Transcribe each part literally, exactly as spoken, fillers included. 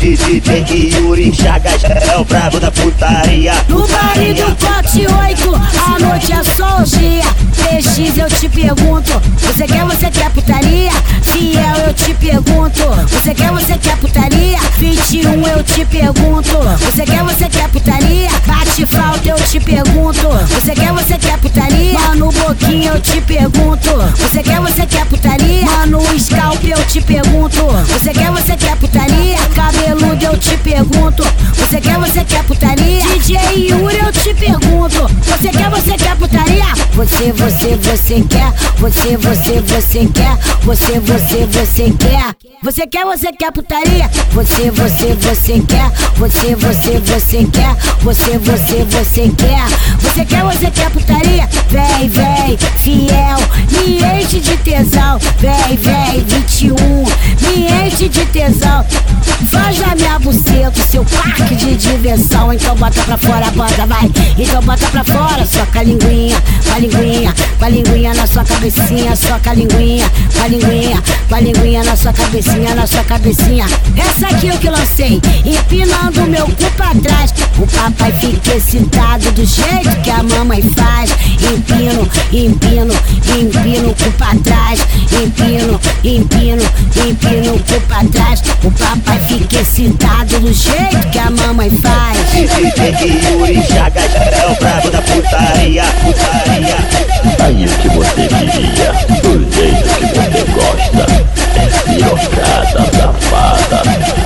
D J Yuri Chagas é o brabo da putaria. No baile do Cote oito, a noite é só orgia. T X eu te pergunto, você quer, você quer putaria? Fiel eu te pergunto, você quer, você quer putaria? vinte e um eu te pergunto, você quer, você quer putaria? Bate falta eu te pergunto, você quer, você quer putaria? Mano Boquinha eu te pergunto, você quer, você quer putaria? Mano Scalp eu te pergunto, você quer, você quer putaria? Cabeludo eu te pergunto, você quer, você quer putaria? D J Yuri eu te pergunto, você quer, você quer putaria? Você, você, você quer, você, você, você quer, você, você, você quer, você quer, você quer putaria? Você, você, você quer, você, você, você quer, você, você, você quer, você quer, você quer putaria? Vem, vem, fiel, me enche de tesão, vem, vem, vinte e um, me enche de tesão. Faz na minha buceta o seu parque de diversão. Então bota pra fora, bota, vai. Então bota pra fora, só com a linguinha, com a linguinha, com a linguinha na sua cabecinha, só com a linguinha, com a linguinha, com a linguinha na sua cabecinha, na sua cabecinha. Essa aqui eu que lancei, empinando meu cu pra trás. O papai fica excitado do jeito que a mamãe faz. Empino, empino, empino o cu pra trás. Empino, empino, empino o cu pra trás. O papai fica excitado do jeito que a mamãe faz. D J Yuri Chagas é o brabo da putaria, putaria. Aí o que você queria, do jeito que você gosta, é pirocada, safada.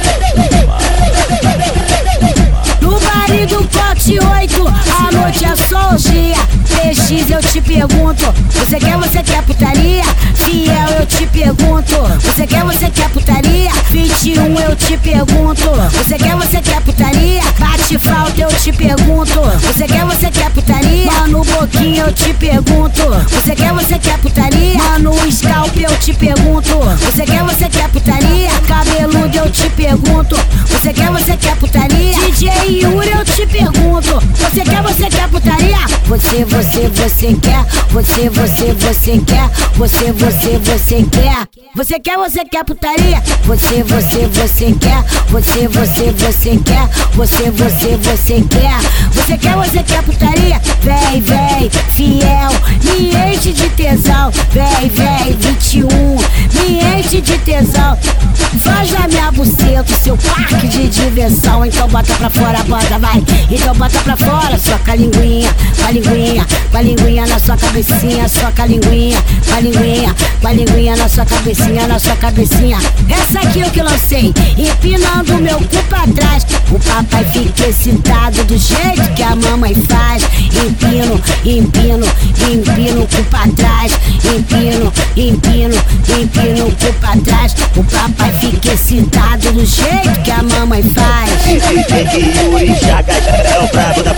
No baile do Cote oito, a noite é só orgia. T X eu te pergunto, você quer, você quer putaria? Fiel eu te pergunto, você quer, você quer putaria? vinte e um eu te pergunto, você quer, você quer putaria? Bate falta eu te pergunto, você quer, você quer putaria? Mano Boquinha eu te pergunto, você quer, você quer putaria? Mano Scalp eu te pergunto, você quer, você quer putaria? Cabeludo eu te pergunto, você quer, você quer putaria? D J Yuri eu te pergunto, você quer, você quer putaria? Você, você, você quer, você, você, você quer, você, você, você quer, você quer, você quer putaria? Você, você, você quer, você, você, você quer, você, você, você quer, você quer, você quer putaria? Vem, vem, fiel, me enche de tesão, vem, vem, vinte e um, me enche de tesão. Faz na minha buceta o seu parque de diversão. Então bota pra fora, bota, vai. Então bota pra fora, só com a linguinha, com a linguinha, com a linguinha na sua cabecinha, só com a linguinha, com a linguinha, com a linguinha na sua cabecinha, na sua cabecinha. Essa aqui eu que lancei, empinando meu cu pra trás. O papai fica excitado do jeito que a mamãe faz. Empino, empino, empino o cu pra trás. Empino, empino, empino o cu pra trás. O papai fica excitado do jeito que a mamãe faz. D J Yuri Chagas é o brabo da